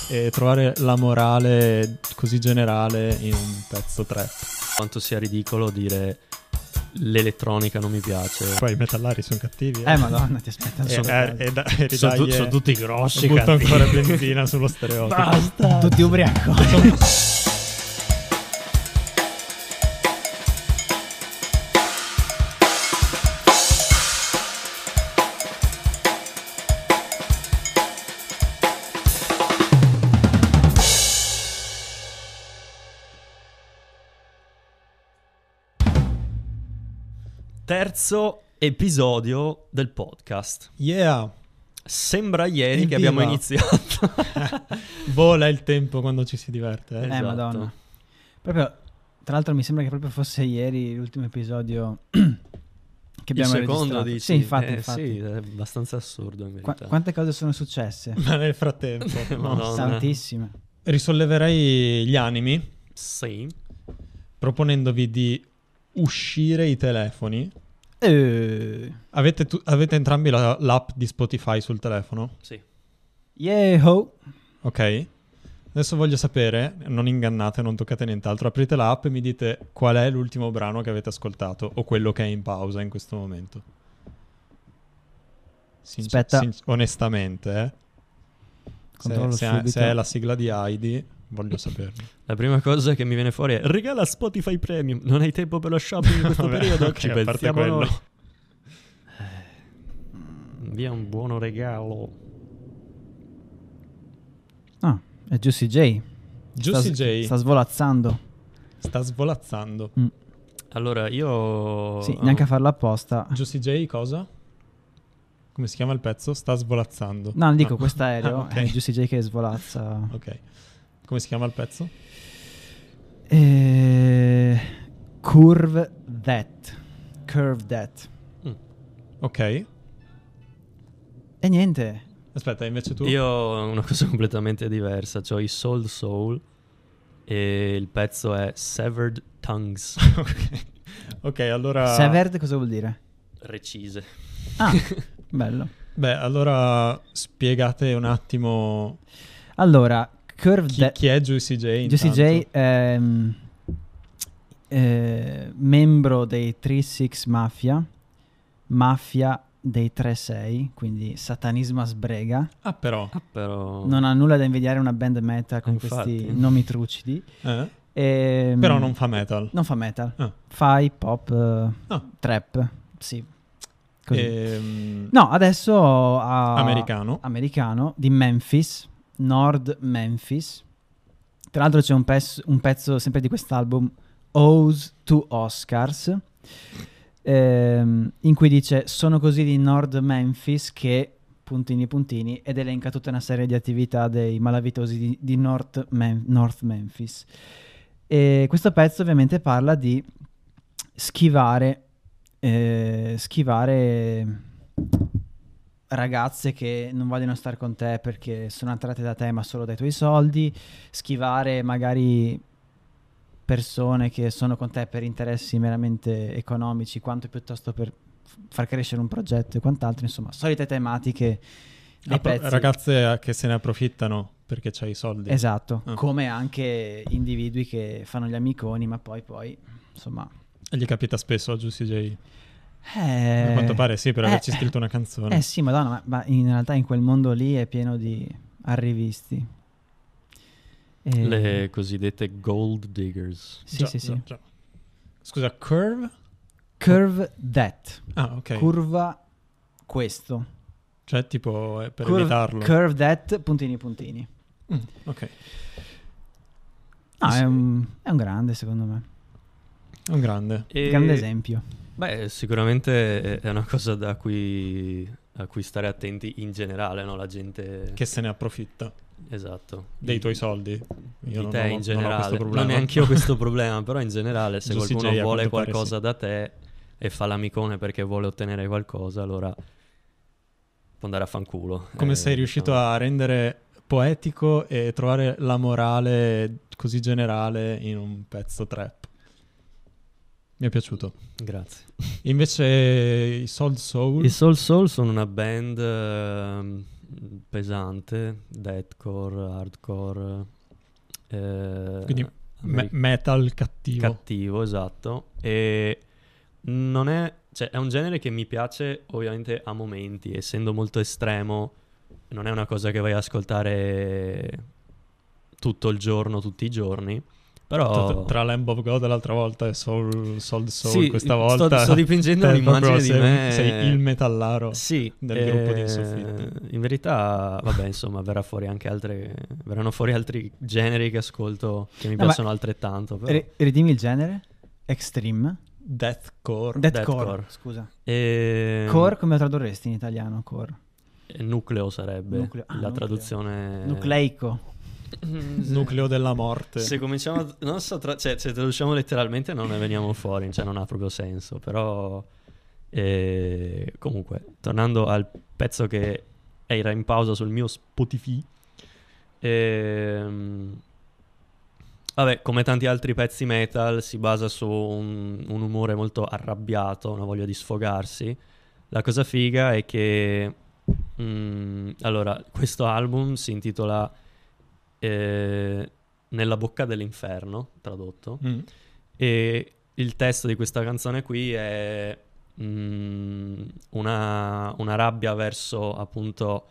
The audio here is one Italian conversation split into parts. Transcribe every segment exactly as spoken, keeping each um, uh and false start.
e trovare la morale così generale in un pezzo trap. Quanto sia ridicolo dire l'elettronica non mi piace. Poi i metallari sono cattivi. Eh, eh madonna, ti aspettano e, solo e, e, da- e sono, tu- ridagli- sono tutti grossi. butto cattivi. ancora benzina sullo stereotipo. Basta. tutti ubriaco. Terzo episodio del podcast. Yeah. Sembra ieri Evviva. che abbiamo iniziato. Vola il tempo quando ci si diverte. Eh? Eh, Esatto. madonna. Proprio, tra l'altro mi sembra che proprio fosse ieri l'ultimo episodio che Il abbiamo secondo registrato. dici? Sì, infatti, Eh, infatti. sì, è abbastanza assurdo in Qua- verità. quante cose sono successe? Ma nel frattempo, no. Madonna. Tantissime. Risolleverei gli animi Sì. proponendovi di uscire i telefoni. Eh, Avete, tu- avete entrambi la- l'app di Spotify sul telefono? Sì. Yeho! Ok. Adesso voglio sapere, non ingannate, non toccate nient'altro, aprite l'app e mi dite qual è l'ultimo brano che avete ascoltato o quello che è in pausa in questo momento. Sinc- Aspetta. sinc- onestamente, eh. Controllo Se, se, subito. se è la sigla di Heidi, voglio saperlo. La prima cosa che mi viene fuori è regala Spotify Premium. Non hai tempo per lo shopping in questo Vabbè, periodo? ok, Ci a parte pensiamo quello. noi. Eh, Via un buono regalo. Ah, è Juicy J. Juicy sta, J Sta svolazzando. sta svolazzando. Mm. Allora, io... Sì, neanche a farlo apposta. Juicy J cosa? Come si chiama il pezzo? Sta svolazzando. No, non dico No. questo aereo. Ah, ok. È Juicy J che svolazza. Ok. Come si chiama il pezzo? Eh, curve That. Curve That. Ok. E niente. Aspetta, invece tu? Io ho una cosa completamente diversa. C'ho i Soul Soul e il pezzo è Severed Tongues. ok. Ok, allora... Severed cosa vuol dire? Recise. Ah, bello. Beh, allora spiegate un attimo Allora, Curve chi, That. chi è Juicy J. Juicy intanto. J è mm, eh, membro dei tre sei Mafia, Mafia dei tre sei, quindi satanismo a sbrega. Ah, però. Ah, però... Non ha nulla da invidiare una band metal con Infatti. questi nomi trucidi. Eh? E, Però mm, non fa metal. non fa metal, Ah. fa hip hop, eh, Ah. trap, sì. Così. Ehm, No, adesso ha Americano. americano di Memphis, Nord Memphis. Tra l'altro c'è un, pezzo- un pezzo sempre di quest'album, Ose to Oscars, ehm, in cui dice sono così di Nord Memphis che puntini puntini ed elenca tutta una serie di attività dei malavitosi di, di North, Mem- North Memphis. E questo pezzo ovviamente parla di schivare eh, schivare ragazze che non vogliono stare con te perché sono attratte da te ma solo dai tuoi soldi, schivare magari persone che sono con te per interessi meramente economici quanto piuttosto per f- far crescere un progetto e quant'altro, insomma, solite tematiche dei appro- pezzi. Ragazze che se ne approfittano perché c'hai i soldi. Esatto, Ah. come anche individui che fanno gli amiconi ma poi poi insomma E gli capita spesso a Juicy J. eh, A quanto pare sì, per eh, averci scritto una canzone. Eh sì, madonna, ma, ma in realtà in quel mondo lì è pieno di arrivisti. E- Le cosiddette gold diggers. Sì, Già, sì, sì. già, già. Scusa, Curve? Curve that. Ah, ok. Curva questo. Cioè, tipo, è per Curve, evitarlo. curve that, puntini puntini. Mm, ok. No, Sì. è un, è un grande secondo me. È un grande. E- Grande esempio. Beh, sicuramente è una cosa da cui, a cui stare attenti in generale, no? La gente... Che se ne approfitta Esatto. dei Di- tuoi soldi. Io di non, te non ho- in non ho generale. questo Non, problema. neanche io ho questo problema, però in generale se Juicy qualcuno J, a vuole quanto pare, qualcosa sì. da te e fa l'amicone perché vuole ottenere qualcosa, allora può andare a fanculo. Come Eh, sei riuscito diciamo. a rendere poetico e trovare la morale così generale in un pezzo trap? Mi è piaciuto. Grazie. Invece i Soul Soul... I Soul Soul sono una band ehm, pesante, deathcore, hardcore, eh, Quindi me- ameri- metal cattivo. cattivo, esatto. E non è, cioè, è un genere che mi piace ovviamente a momenti, essendo molto estremo, non è una cosa che vai a ascoltare tutto il giorno, tutti i giorni. Però Tra- tra Lamb of God l'altra volta e Soul, Soul Soul sì, questa sto- volta sto dipingendo te un'immagine proprio di sei, me- sei il metallaro sì, del eh, gruppo di In Soffitti. in verità, vabbè, insomma, verrà fuori anche altre, verranno fuori altri generi che ascolto che mi No, piacciono altrettanto. Però. Ri- ridimmi il genere. Extreme. Deathcore. Deathcore. Deathcore. Scusa. E... Core come lo tradurresti in italiano? Core. e nucleo sarebbe Nucleo. Ah, la nucleo. traduzione. Nucleico. Nucleo della morte. Se cominciamo, a- non so, tra- cioè, se traduciamo letteralmente non ne veniamo fuori, cioè non ha proprio senso, però eh, comunque, tornando al pezzo che era in pausa sul mio Spotify, ehm, vabbè, come tanti altri pezzi metal si basa su un, un umore molto arrabbiato, una voglia di sfogarsi. La cosa figa è che mm, allora, questo album si intitola eh, Nella bocca dell'inferno, tradotto, Mm. e il testo di questa canzone qui è mm, una, una rabbia verso appunto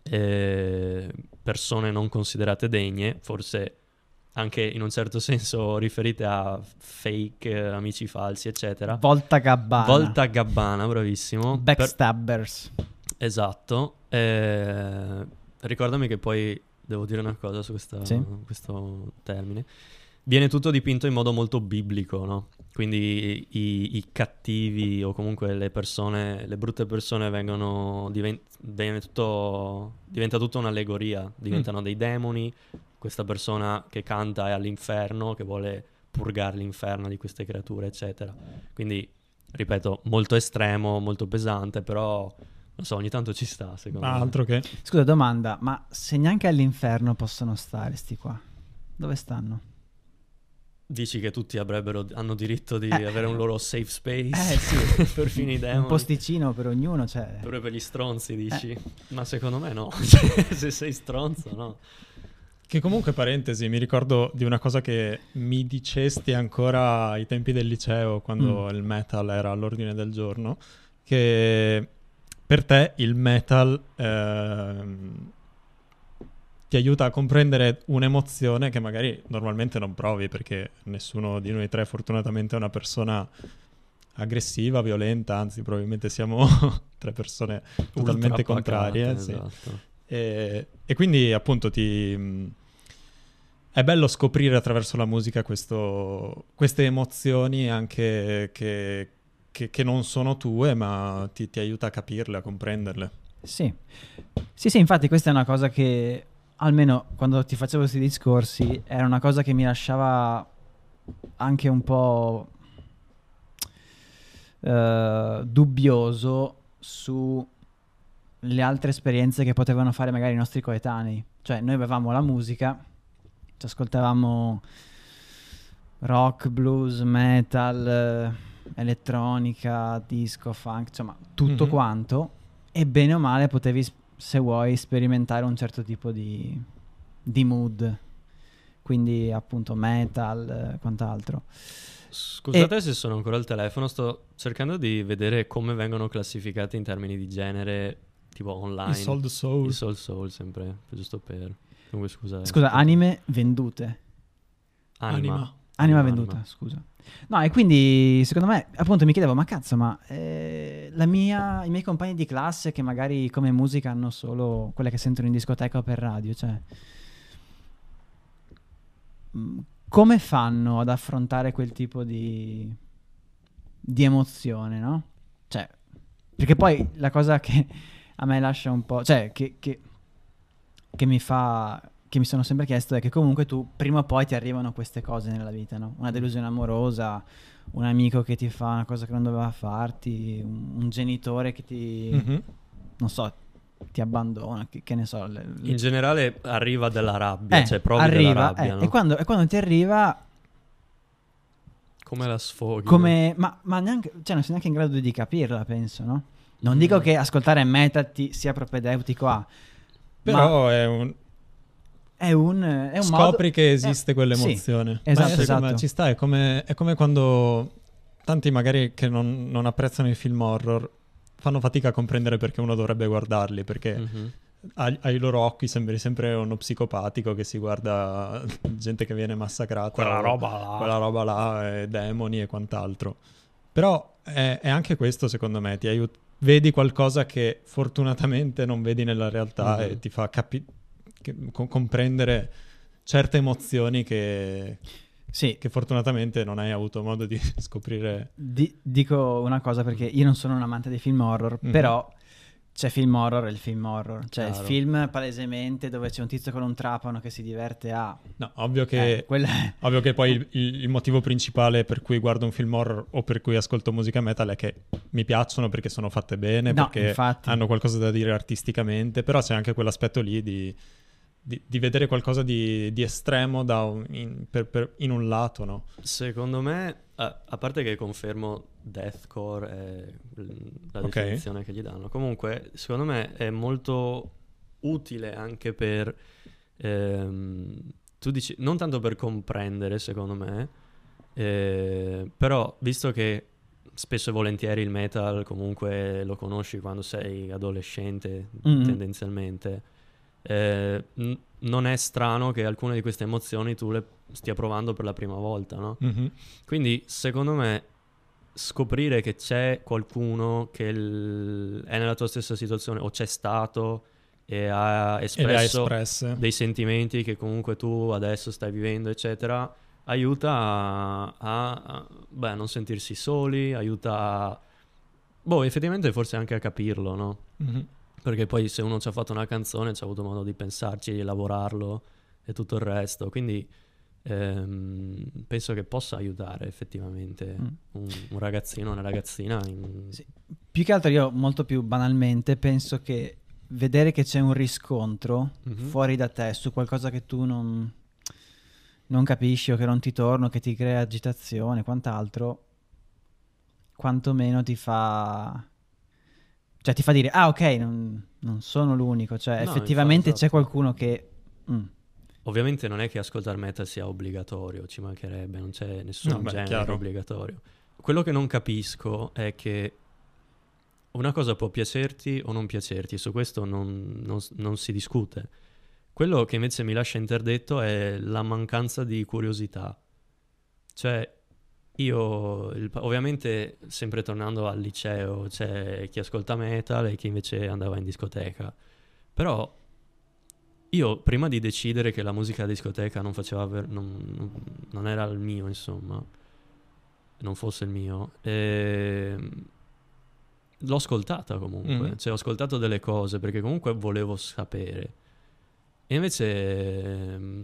eh, persone non considerate degne, forse anche in un certo senso riferite a fake, eh, amici falsi, eccetera. Volta Gabbana. Volta Gabbana, bravissimo. Per- Backstabbers. Esatto. Eh, ricordami che poi devo dire una cosa su questa- Sì. questo termine. Viene tutto dipinto in modo molto biblico, no? Quindi i, i cattivi o comunque le persone, le brutte persone vengono, diven- viene tutto, diventa tutto un'allegoria, diventano dei demoni. Questa persona che canta è all'inferno, che vuole purgare l'inferno di queste creature, eccetera. Quindi, ripeto, molto estremo, molto pesante, però non so, ogni tanto ci sta, secondo me. Altro che Scusa, domanda, ma se neanche all'inferno possono stare sti qua, dove stanno? Dici che tutti avrebbero, hanno diritto di Eh. avere un loro safe space Eh sì, per fini un demoni? posticino per ognuno, cioè... Pure per gli stronzi, dici? Eh. Ma secondo me no. Se sei stronzo, no. Che comunque, parentesi, mi ricordo di una cosa che mi dicesti ancora ai tempi del liceo, quando Mm. il metal era all'ordine del giorno, che per te il metal ehm, ti aiuta a comprendere un'emozione che magari normalmente non provi, perché nessuno di noi tre fortunatamente è una persona aggressiva, violenta, anzi probabilmente siamo tre persone totalmente Ultra contrarie. pacate, Sì. esatto. E, e quindi appunto ti mh, è bello scoprire attraverso la musica questo, queste emozioni anche che, che- che non sono tue, ma ti, ti aiuta a capirle, a comprenderle. Sì. Sì, sì, infatti questa è una cosa che, almeno quando ti facevo questi discorsi, era una cosa che mi lasciava anche un po' eh, dubbioso su le altre esperienze che potevano fare magari i nostri coetanei. Cioè, noi avevamo la musica, ci ascoltavamo rock, blues, metal, eh, elettronica, disco, funk, insomma, tutto Mhm. quanto, e bene o male potevi, s- se vuoi, sperimentare un certo tipo di, di mood. Quindi, appunto, metal, eh, quant'altro. Scusate se sono ancora al telefono, sto cercando di vedere come vengono classificati in termini di genere, tipo online. I Soul Soul. I Soul Soul, sempre, giusto per... Comunque scusa. Scusa, eh, anime vendute. Anima. Anima. Anima venduta, scusa. No, e quindi secondo me, appunto, mi chiedevo, ma cazzo, ma eh, la mia, i miei compagni di classe che magari come musica hanno solo quelle che sentono in discoteca o per radio, cioè, mh, come fanno ad affrontare quel tipo di, di emozione, no? Cioè, perché poi la cosa che a me lascia un po', cioè, che, che, che mi fa... che mi sono sempre chiesto è che comunque tu prima o poi ti arrivano queste cose nella vita, no? Una delusione amorosa, un amico che ti fa una cosa che non doveva farti, un, un genitore che ti, Mhm. non so, ti abbandona, che, che ne so. le- le- In generale arriva della rabbia, Eh, cioè provi arriva, della rabbia, eh, no? e, quando, e quando ti arriva, Come la sfoghi? come, ma, ma neanche, cioè non sei neanche in grado di capirla, penso, no? Non Mm. dico che ascoltare metal ti sia propedeutico a, Però Ma è un... è un, è un Scopri modo... che esiste è- quell'emozione. Sì, esatto, Ma è- esatto. ma ci sta, è come, è come quando tanti magari che non, non apprezzano i film horror fanno fatica a comprendere perché uno dovrebbe guardarli, perché Mhm. ai, ai loro occhi sembri sempre uno psicopatico che si guarda gente che viene massacrata. Quella o roba là. Quella roba là, e demoni e quant'altro. Però è, è anche questo, secondo me, ti aiuta. Vedi qualcosa che fortunatamente non vedi nella realtà Mhm. e ti fa capi- che- co- comprendere certe emozioni che, Sì, che fortunatamente non hai avuto modo di scoprire. di- dico una cosa perché io non sono un amante dei film horror, Mhm. però c'è film horror e il film horror. Cioè il Chiaro. film palesemente dove c'è un tizio con un trapano che si diverte a... No, ovvio che, Eh, quella è- ovvio che poi il, il- il motivo principale per cui guardo un film horror o per cui ascolto musica metal è che mi piacciono perché sono fatte bene, No, perché infatti. hanno qualcosa da dire artisticamente, però c'è anche quell'aspetto lì di, di- di vedere qualcosa di, di estremo da un- in, per- per- in un lato, no? Secondo me, a, a parte che confermo deathcore è mm, la Ok. definizione che gli danno, comunque secondo me è molto utile anche per, ehm, tu dici, non tanto per comprendere secondo me, eh, però visto che spesso e volentieri il metal comunque lo conosci quando sei adolescente Mhm. tendenzialmente, eh, n- non è strano che alcune di queste emozioni tu le stia provando per la prima volta, no? Mhm. Quindi, secondo me, scoprire che c'è qualcuno che il- è nella tua stessa situazione o c'è stato e ha E le hai espresso espresse. dei sentimenti che comunque tu adesso stai vivendo, eccetera, aiuta a, a- a- beh, a non sentirsi soli, aiuta a, boh, effettivamente forse anche a capirlo, no? Mhm. Perché poi se uno ci ha fatto una canzone ci ha avuto modo di pensarci, di lavorarlo e tutto il resto. Quindi ehm, penso che possa aiutare effettivamente Mm. un, un ragazzino o una ragazzina. In... Sì. Più che altro io molto più banalmente penso che vedere che c'è un riscontro Mhm. fuori da te su qualcosa che tu non, non capisci o che non ti torna, che ti crea agitazione, quant'altro, quantomeno ti fa... Cioè ti fa dire, ah ok, non, non sono l'unico, cioè No, effettivamente infatti, c'è esatto. qualcuno che... mm, Ovviamente non è che ascoltare metal sia obbligatorio, ci mancherebbe, non c'è nessun No, beh, genere chiaro. obbligatorio. Quello che non capisco è che una cosa può piacerti o non piacerti, e su questo non, non- non si discute. Quello che invece mi lascia interdetto è la mancanza di curiosità. Cioè, io, il- ovviamente, sempre tornando al liceo, c'è chi ascolta metal e chi invece andava in discoteca. Però io, prima di decidere che la musica da discoteca non faceva ver- non, non- non era il mio, insomma, non fosse il mio, ehm, l'ho ascoltata comunque. Mm. Cioè, ho ascoltato delle cose perché comunque volevo sapere. E invece ehm,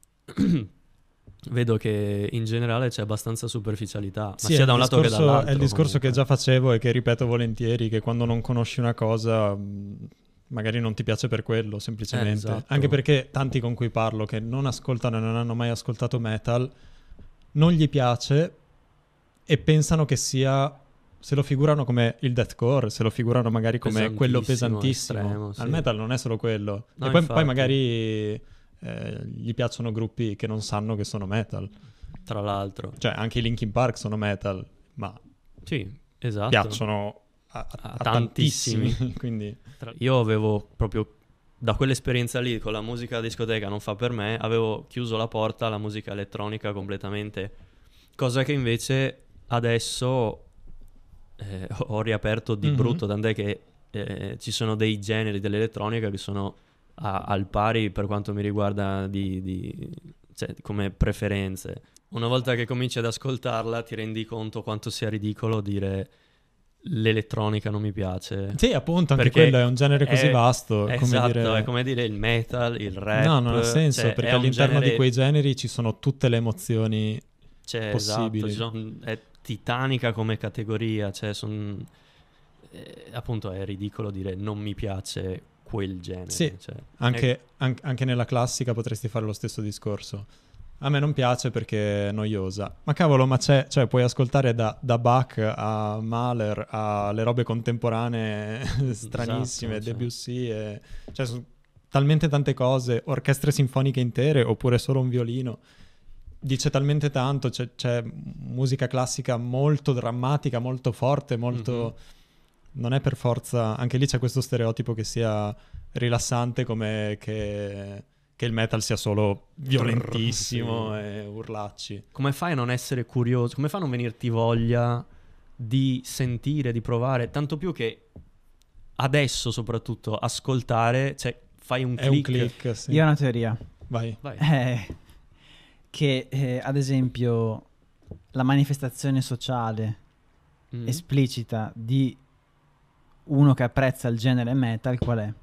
vedo che in generale c'è abbastanza superficialità, ma Sì, sia è da un il lato che discorso- dall'altro. È il discorso che comunque. già facevo e che ripeto volentieri, che quando non conosci una cosa mh, magari non ti piace per quello, semplicemente. Eh, esatto. Anche perché tanti con cui parlo che non ascoltano e non hanno mai ascoltato metal, non gli piace e pensano che sia... Se lo figurano come il deathcore, se lo figurano magari come quello Pesantissimo, pesantissimo. estremo, sì. Al metal non è solo quello. No, e poi, infatti. poi magari eh, gli piacciono gruppi che non sanno che sono metal. Tra l'altro. Cioè, anche i Linkin Park sono metal, ma Sì, esatto. piacciono a, a- A a tantissimi. tantissimi. Quindi, Tra- Io avevo proprio, da quell'esperienza lì con la musica a discoteca non fa per me, avevo chiuso la porta alla musica elettronica completamente, cosa che invece adesso eh, ho riaperto di Mhm. brutto, tant'è che eh, ci sono dei generi dell'elettronica che sono a- al pari per quanto mi riguarda di, di- cioè, come preferenze. Una volta che cominci ad ascoltarla ti rendi conto quanto sia ridicolo dire l'elettronica non mi piace. sì, appunto, anche Perché quello è un genere così è- vasto. Come Esatto, dire... è come dire il metal, il rap. No, non ha senso, cioè, perché è un all'interno genere- di quei generi ci sono tutte le emozioni. cioè, possibili. esatto, ci son- è titanica come categoria, cioè son- eh, appunto è ridicolo dire non mi piace quel genere. Sì, cioè, Anche, è- an- anche nella classica potresti fare lo stesso discorso. A me non piace perché è noiosa. Ma cavolo, ma c'è, cioè puoi ascoltare da, da Bach a Mahler alle robe contemporanee stranissime, Esatto, cioè. Debussy, e, cioè su talmente tante cose, orchestre sinfoniche intere oppure solo un violino. Dice talmente tanto, c'è, c'è musica classica molto drammatica, molto forte, molto... Mm-hmm. Non è per forza... Anche lì c'è questo stereotipo che sia rilassante, come che, che il metal sia solo violentissimo sì. e urlacci. Come fai a non essere curioso? Come fai a non venirti voglia di sentire, di provare? Tanto più che adesso soprattutto ascoltare, cioè fai un è click. un click sì. Io ho una teoria. Vai. Vai. Eh, che eh, ad esempio la manifestazione sociale mm. esplicita di uno che apprezza il genere metal qual è?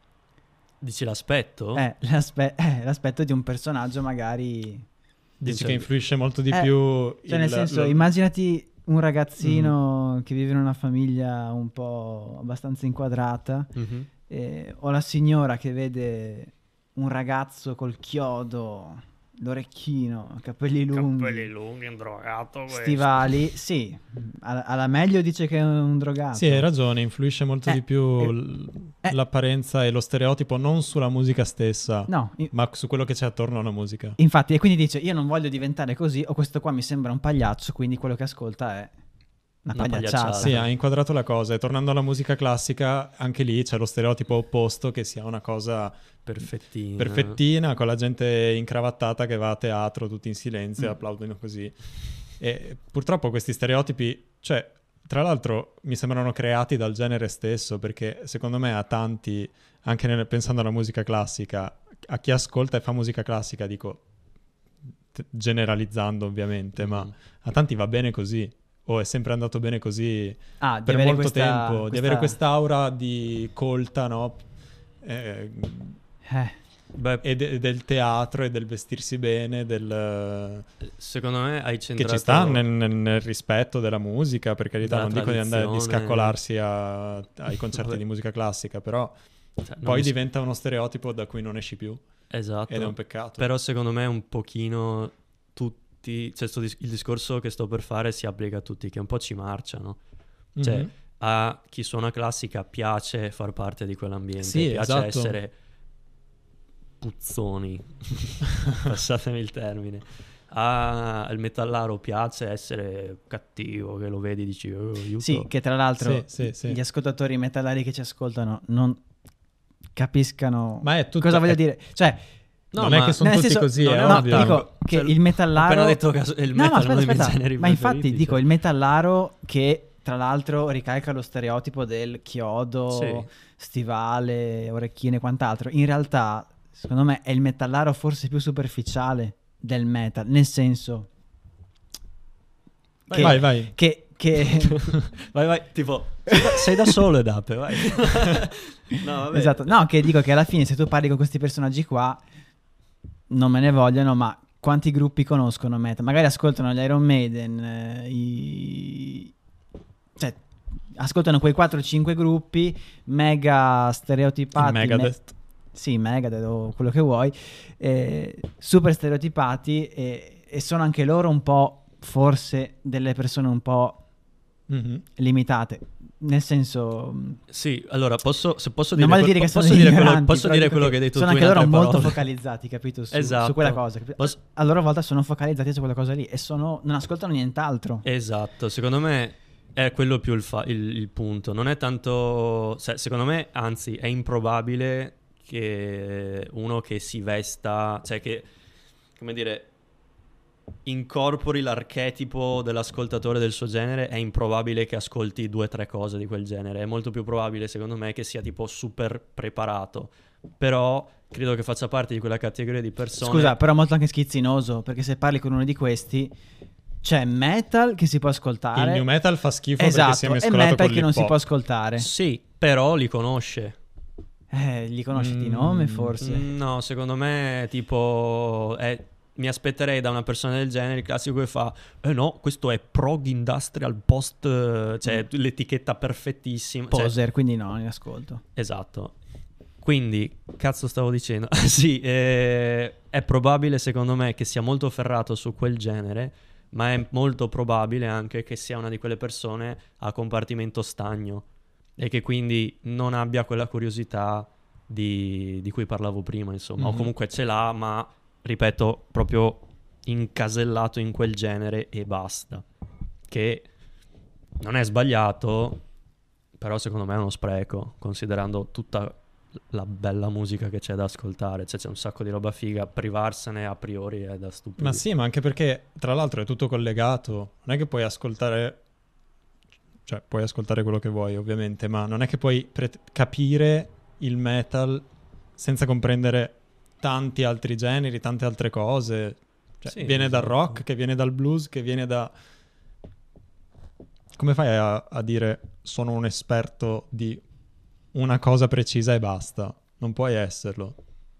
Dici l'aspetto? Eh, l'aspe- eh, l'aspetto di un personaggio magari... Dici cioè, che influisce molto di eh, più... Cioè il, nel senso, lo... immaginati un ragazzino mm. che vive in una famiglia un po' abbastanza inquadrata mm-hmm. eh, o la signora che vede un ragazzo col chiodo, l'orecchino, capelli lunghi, capelli lunghi, un drogato, stivali, sì, alla, alla meglio dice che è un drogato. Sì, hai ragione, influisce molto eh, di più eh, l- eh, l'apparenza e lo stereotipo non sulla musica stessa, no, in- ma su quello che c'è attorno alla musica. Infatti, e quindi dice, io non voglio diventare così, o questo qua mi sembra un pagliaccio, quindi quello che ascolta è una, una pagliacciata. pagliacciata. Sì, ha inquadrato la cosa, e tornando alla musica classica, anche lì c'è lo stereotipo opposto, che sia una cosa... perfettina perfettina con la gente incravattata che va a teatro tutti in silenzio mm. e applaudono così. E purtroppo questi stereotipi, cioè tra l'altro mi sembrano creati dal genere stesso, perché secondo me a tanti, anche nel, pensando alla musica classica, a chi ascolta e fa musica classica, dico t- generalizzando ovviamente, mm. ma a tanti va bene così, o è sempre andato bene così ah, per molto questa, tempo, questa... di avere quest'aura di colta, no? Eh, Eh. Beh, e de- del teatro e del vestirsi bene, del... secondo me hai centrato... che ci sta nel, nel, nel rispetto della musica, per carità, non dico di andare di scaccolarsi a, ai concerti di musica classica, però cioè, poi mi... diventa uno stereotipo da cui non esci più. Esatto. Ed è un peccato. Però secondo me un pochino tutti, cioè sto dis- il discorso che sto per fare si applica a tutti, che un po' ci marciano. Mm-hmm. Cioè a chi suona classica piace far parte di quell'ambiente, sì, piace esatto. essere puzzoni, passatemi il termine. A, al metallaro piace essere cattivo, che lo vedi e dici oh, aiuto. Sì, che tra l'altro sì, sì, sì. gli ascoltatori metallari che ci ascoltano non capiscano ma è tutto, cosa voglio è... dire, cioè no, non ma è che sono tutti senso, così, no, è no, ovvio. dico che cioè, il metallaro... Ho appena detto che il metal no, ma aspetta, è uno dei miei aspetta, generi ma infatti preferiti, dico cioè. il metallaro che tra l'altro ricalca lo stereotipo del chiodo, sì. stivale, orecchine e quant'altro. In realtà, secondo me, è il metallaro forse più superficiale del metal, nel senso vai che, vai, vai. che, che... vai vai tipo sei da, sei da solo ed ape vai. No, vabbè. Esatto, no, che dico che alla fine se tu parli con questi personaggi qua non me ne vogliono, ma quanti gruppi conoscono metal? Magari ascoltano gli Iron Maiden, eh, i... cioè ascoltano quei quattro cinque gruppi mega stereotipati, Megadeth. Me- sì, Megadeth o quello che vuoi, eh, super stereotipati, e, e sono anche loro un po', forse, delle persone un po' mm-hmm. limitate. Nel senso, sì, allora posso, se posso non dire, voglio dire che posso sono dire ignoranti, quello, posso dire quello che hai detto sono tu anche in loro molto parole. focalizzati, capito, su, esatto. su quella cosa. Posso... a loro volta sono focalizzati su quella cosa lì e sono, non ascoltano nient'altro. Esatto, secondo me è quello più il, fa- il, il punto. Non è tanto, cioè, secondo me, anzi, è improbabile che uno che si vesta, cioè che, come dire, incorpori l'archetipo dell'ascoltatore del suo genere. È improbabile che ascolti due o tre cose di quel genere. È molto più probabile, secondo me, che sia tipo super preparato. Però credo che faccia parte di quella categoria di persone. Scusa, però molto anche schizzinoso, perché se parli con uno di questi c'è metal che si può ascoltare, il new metal fa schifo, esatto, perché si è e mescolato metal con che non l'hip si hop. può ascoltare. Sì, però li conosce. Eh, li conosci Mm, di nome forse? No, secondo me tipo è, mi aspetterei da una persona del genere il classico che fa eh no, questo è prog industrial post, cioè mm. l'etichetta perfettissima, Poser, cioè, quindi no, li ascolto. esatto. Quindi, cazzo stavo dicendo? Sì, eh, è probabile secondo me che sia molto ferrato su quel genere, ma è molto probabile anche che sia una di quelle persone a compartimento stagno e che quindi non abbia quella curiosità di, di cui parlavo prima, insomma, Mm-hmm. o comunque ce l'ha, ma ripeto, proprio incasellato in quel genere e basta. Che non è sbagliato, però secondo me è uno spreco, considerando tutta la bella musica che c'è da ascoltare. Cioè c'è un sacco di roba figa, privarsene a priori è da stupidi. Ma sì, ma anche perché tra l'altro è tutto collegato, non è che puoi ascoltare, cioè puoi ascoltare quello che vuoi ovviamente, ma non è che puoi pre- capire il metal senza comprendere tanti altri generi, tante altre cose. Cioè, Sì, viene dal esatto. rock, che viene dal blues, che viene da... Come fai a, a dire sono un esperto di una cosa precisa e basta? Non puoi esserlo.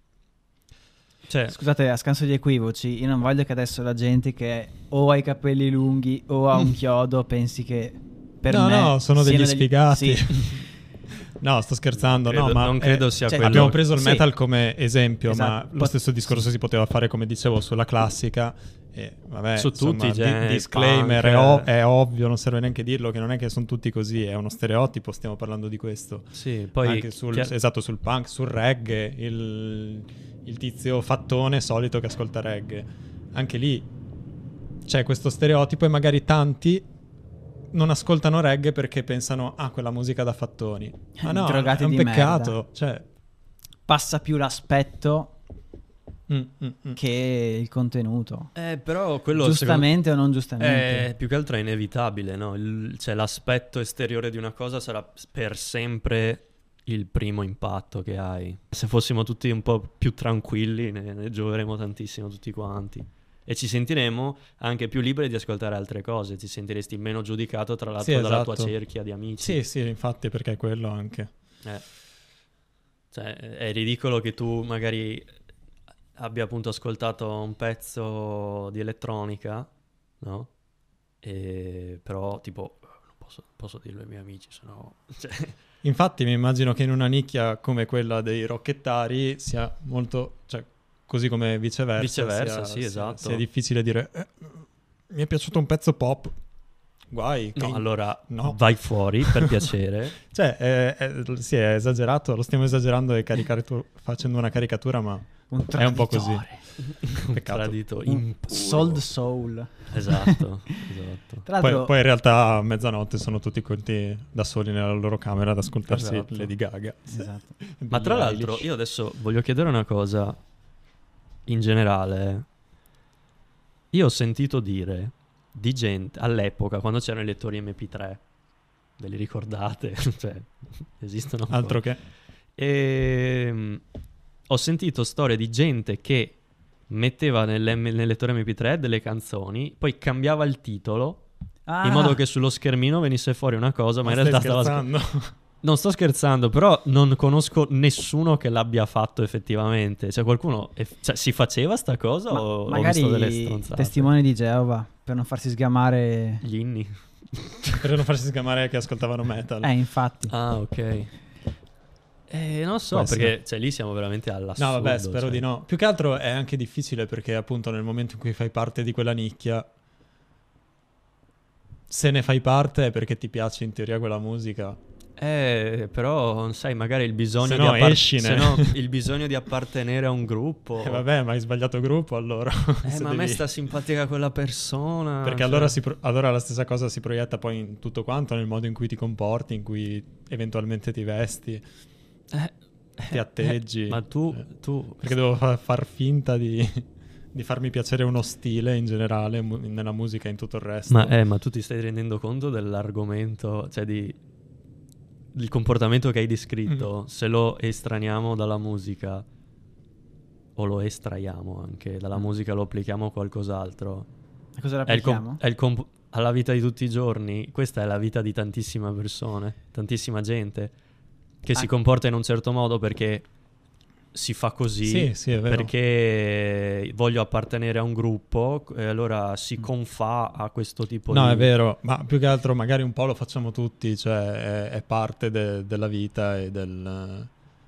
Cioè, Scusate, a scanso di equivoci, io non voglio che adesso la gente che o ha i capelli lunghi o ha un chiodo pensi che per no, me no, sono degli siano sfigati. Sì. No, sto scherzando, non credo, no, ma non è- credo sia cioè, quello. abbiamo preso il Sì. metal come esempio, Esatto. ma lo Pot- stesso discorso si poteva fare, come dicevo, sulla classica. E, vabbè, Su insomma, tutti i di- generi, disclaimer, punk, è, ov- eh. è ovvio, non serve neanche dirlo, che non è che sono tutti così, è uno stereotipo, stiamo parlando di questo. Sì, poi Anche sul, chiar- esatto, sul punk, sul reggae, il, il tizio fattone solito che ascolta reggae. Anche lì c'è questo stereotipo e magari tanti non ascoltano reggae perché pensano, ah, quella musica da fattoni. Ma no, Drogati è un di peccato. Cioè, Passa più l'aspetto mm, mm, mm. che il contenuto. Eh, però quello Giustamente o non secondo- giustamente. è più che altro è inevitabile, no? Il- cioè l'aspetto esteriore di una cosa sarà per sempre il primo impatto che hai. Se fossimo tutti un po' più tranquilli ne, ne gioveremo tantissimo tutti quanti. E ci sentiremo anche più liberi di ascoltare altre cose. Ti sentiresti meno giudicato tra l'altro Sì, dalla tua esatto. cerchia di amici. Sì, sì, infatti, perché è quello anche. Eh. Cioè, è ridicolo che tu magari abbia appunto ascoltato un pezzo di elettronica, no? E però tipo non posso, posso dirlo ai miei amici, sennò cioè, Infatti mi immagino che in una nicchia come quella dei rocchettari sia molto, cioè, così come viceversa, Viceversa, sia, sì, sia- esatto. sia difficile dire "Eh, mi è piaciuto un pezzo pop". Guai. no, che- allora no. vai fuori per piacere. Cioè, è, è- sì, è esagerato, lo stiamo esagerando e caricatu- facendo una caricatura, ma Un è un po' così. traditore. Un Peccato. tradito Un impuro. sold soul. Esatto, esatto. Tra l'altro, Poi, poi in realtà a mezzanotte sono tutti conti da soli nella loro camera ad ascoltarsi Esatto. Lady Gaga. esatto. Ma tra Billie l'altro Eilish. io adesso voglio chiedere una cosa in generale. Io ho sentito dire di gente all'epoca, quando c'erano i lettori emme pi tre, ve li ricordate? Cioè, esistono ancora. Altro che... E ho sentito storie di gente che metteva nelle- nel lettore emme pi tre delle canzoni, poi cambiava il titolo Ah, in modo che sullo schermino venisse fuori una cosa, ma, in stai realtà stava ascol- scherzando? non sto scherzando, però non conosco nessuno che l'abbia fatto effettivamente. Cioè, qualcuno eff- cioè, si faceva sta cosa ma- o ho visto delle magari stronzate? testimoni di Geova per non farsi sgamare. Gli inni. Per non farsi sgamare che ascoltavano metal. Eh, infatti. Ah, ok. Eh, non so, Può perché essere. cioè, lì siamo veramente all'assurdo. No, vabbè, spero cioè. di no. Più che altro è anche difficile perché appunto nel momento in cui fai parte di quella nicchia, se ne fai parte è perché ti piace in teoria quella musica. Eh, però, non sai, magari il bisogno Se di no, appar- escine. se no, il bisogno di appartenere a un gruppo. E vabbè, ma hai sbagliato gruppo allora. Eh, Se ma a me devi- sta simpatica quella persona. Perché cioè- allora, si pro- allora la stessa cosa si proietta poi in tutto quanto, nel modo in cui ti comporti, in cui eventualmente ti vesti, Eh, ti atteggi. eh, ma tu, Eh, tu Perché devo fa- far finta di, di farmi piacere uno stile in generale, mu- nella musica e in tutto il resto. Ma, eh, ma tu ti stai rendendo conto dell'argomento, cioè di il comportamento che hai descritto, Mm. se lo estraniamo dalla musica o lo estraiamo anche dalla Mm. musica, lo applichiamo a qualcos'altro. A cosa È il com- l'applichiamo? è il comp- alla vita di tutti i giorni, questa è la vita di tantissime persone, tantissima gente che si Ah. comporta in un certo modo perché si fa così, Sì, sì, è vero. perché voglio appartenere a un gruppo e allora si confà a questo tipo No, di... è vero, ma più che altro magari un po' lo facciamo tutti, cioè è, è parte de- della vita e del,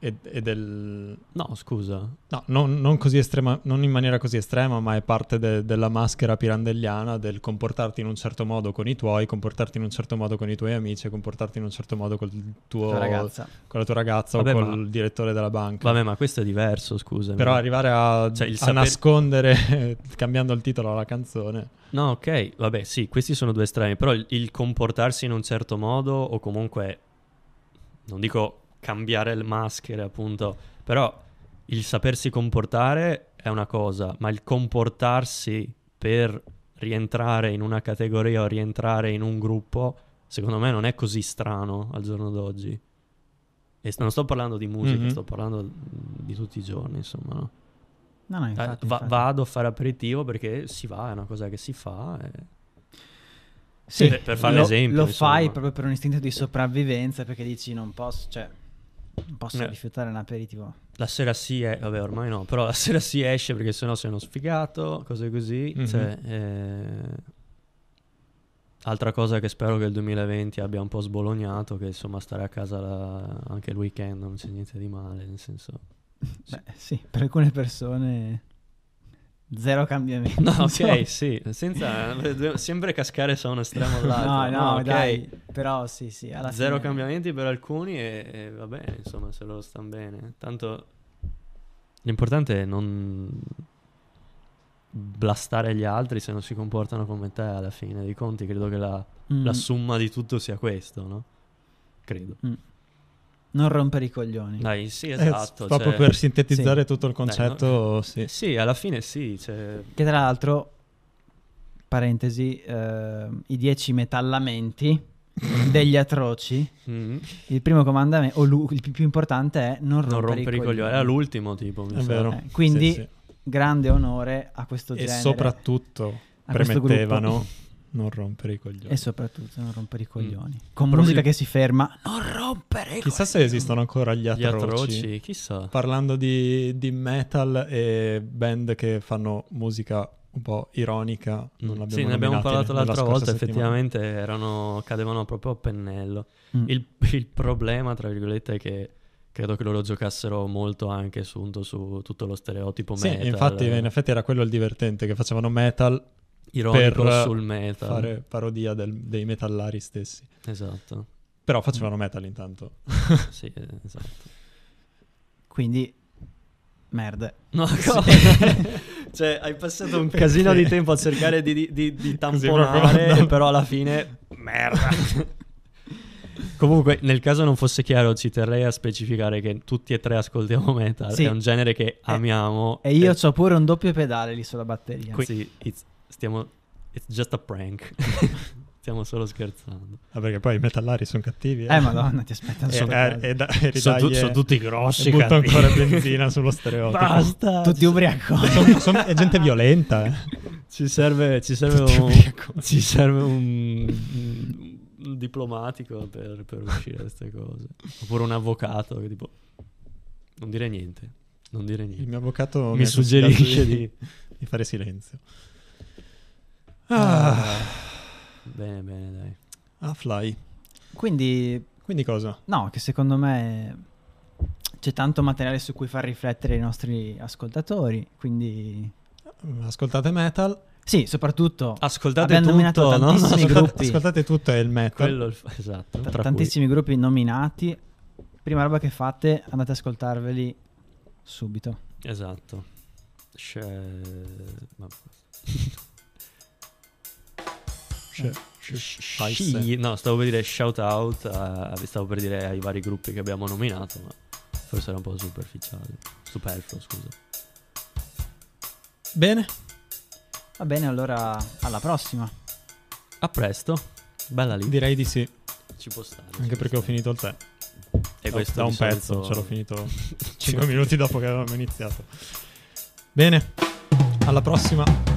e, e del... No, scusa. No, non, non così estrema, non in maniera così estrema, ma è parte de- della maschera pirandelliana del comportarti in un certo modo con i tuoi, comportarti in un certo modo con i tuoi amici, comportarti in un certo modo col tuo, Tua ragazza. con la tua ragazza Vabbè, o col ma- direttore della banca. Vabbè, ma questo è diverso, scusa. Però arrivare a, Cioè, il a saper- nascondere cambiando il titolo alla canzone. No, ok, vabbè, sì, questi sono due estremi, però il, il comportarsi in un certo modo o comunque, non dico cambiare le maschere, appunto, però il sapersi comportare è una cosa, ma il comportarsi per rientrare in una categoria o rientrare in un gruppo, secondo me non è così strano al giorno d'oggi. E non sto parlando di musica, Mhm. sto parlando di tutti i giorni, insomma, no? No, no, Eh, infatti, va- infatti. vado a fare aperitivo perché si va, è una cosa che si fa. E... Sì, per- per fare lo, l'esempio, lo insomma. fai proprio per un istinto di sopravvivenza, perché dici non posso, cioè, non posso Eh. rifiutare un aperitivo. La sera si è, vabbè ormai no, però la sera si esce perché sennò sei uno sfigato, cose così. Mhm. Cioè, eh, altra cosa che spero che il duemilaventi abbia un po' sbolognato, che insomma stare a casa la- anche il weekend non c'è niente di male, nel senso... Beh, sì, per alcune persone zero cambiamento. No, insomma. ok, sì, senza dobbiamo sempre cascare su un estremo o l'altro. No, no, ok. dai, però sì, sì, alla Zero fine- cambiamenti per alcuni e, e va bene, insomma, se loro stanno bene. Tanto l'importante è non blastare gli altri se non si comportano come te alla fine dei conti. Credo che la, Mm, la somma di tutto sia questo, no? Credo. mm. Non rompere i coglioni. Dai, sì, Eh, esatto. proprio cioè- per sintetizzare sì. tutto il Dai, concetto, sì. Sì, alla fine sì. Cioè... Che tra l'altro, parentesi, eh, i dieci metallamenti degli atroci, mm, il primo comandamento, o lu- il più, più importante è non rompere, non rompere i coglioni. Era l'ultimo, tipo. Mi È sa. vero. Eh, quindi Sì, sì. grande onore a questo E genere. soprattutto a questo premettevano gruppo. non rompere i coglioni. E soprattutto non rompere i coglioni. Con Probabili- musica che si ferma. Non rompere i Chissà se coglioni. esistono ancora gli Gli atroci. atroci, chissà. Parlando di, di metal e band che fanno musica un po' ironica, non Mm. l'abbiamo Sì, ne abbiamo nominati parlato nella l'altra scorsa volta, settimana. effettivamente erano, cadevano proprio a pennello. Mm. Il, il problema, tra virgolette, è che credo che loro giocassero molto anche su, su tutto lo stereotipo Sì, metal. infatti in effetti era quello il divertente, che facevano metal ironico per sul metal. fare parodia del- dei metallari stessi. Esatto. Però facevano metal intanto. Sì, eh, esatto. Quindi, merde. No, co- cioè, hai passato un casino di tempo a cercare di, di, di, di Così tamponare, proprio- però alla fine... Merda! Comunque, nel caso non fosse chiaro, ci terrei a specificare che tutti e tre ascoltiamo metal. Sì. È un genere che amiamo. E io c'ho pure un doppio pedale lì sulla batteria. Qui- sì, it's, stiamo... It's just a prank. Stiamo solo scherzando. Ah, perché poi i metallari sono cattivi. Eh, madonna, ti aspettano E, solo e, cose. e, da- e Sono, tu- ridagli- sono tutti grossi. e butto cattivi. ancora benzina sullo stereotipo. Basta. Tutti ubriaconi. Son- son- è gente violenta, eh. Ci serve, ci serve Tutti un, ubriaconi. ci serve un, un- un diplomatico per, per uscire da queste cose. Oppure un avvocato che tipo... Non dire niente. Non dire Il niente. mio avvocato Mi ha suggerisce consigliato di... di fare silenzio. Ah. Ah, Bene, bene, dai. ah, fly. Quindi, Quindi cosa? no, che secondo me c'è tanto materiale su cui far riflettere i nostri ascoltatori. Quindi, Ascoltate metal. sì, soprattutto Ascoltate abbiamo nominato tutto, no? tantissimi Ascoltate, gruppi. ascoltate tutto è il metal. Quello, il fa- esatto. T- tra tantissimi gruppi nominati. Prima roba che fate, andate ad ascoltarveli subito. cui- Esatto. C'è... ma- Cioè, Sci- Scheisse. no, stavo per dire shout out a, stavo per dire ai vari gruppi che abbiamo nominato, ma forse era un po' superficiale. Superfluo, scusa. Bene. Va bene, allora alla prossima. A presto. Bella lì. Direi di sì. Ci può stare. Anche perché ho finito il tè. E Da- questo da di un pezzo, solito- ce l'ho finito cinque minuti dopo che avevamo iniziato. Bene. Alla prossima.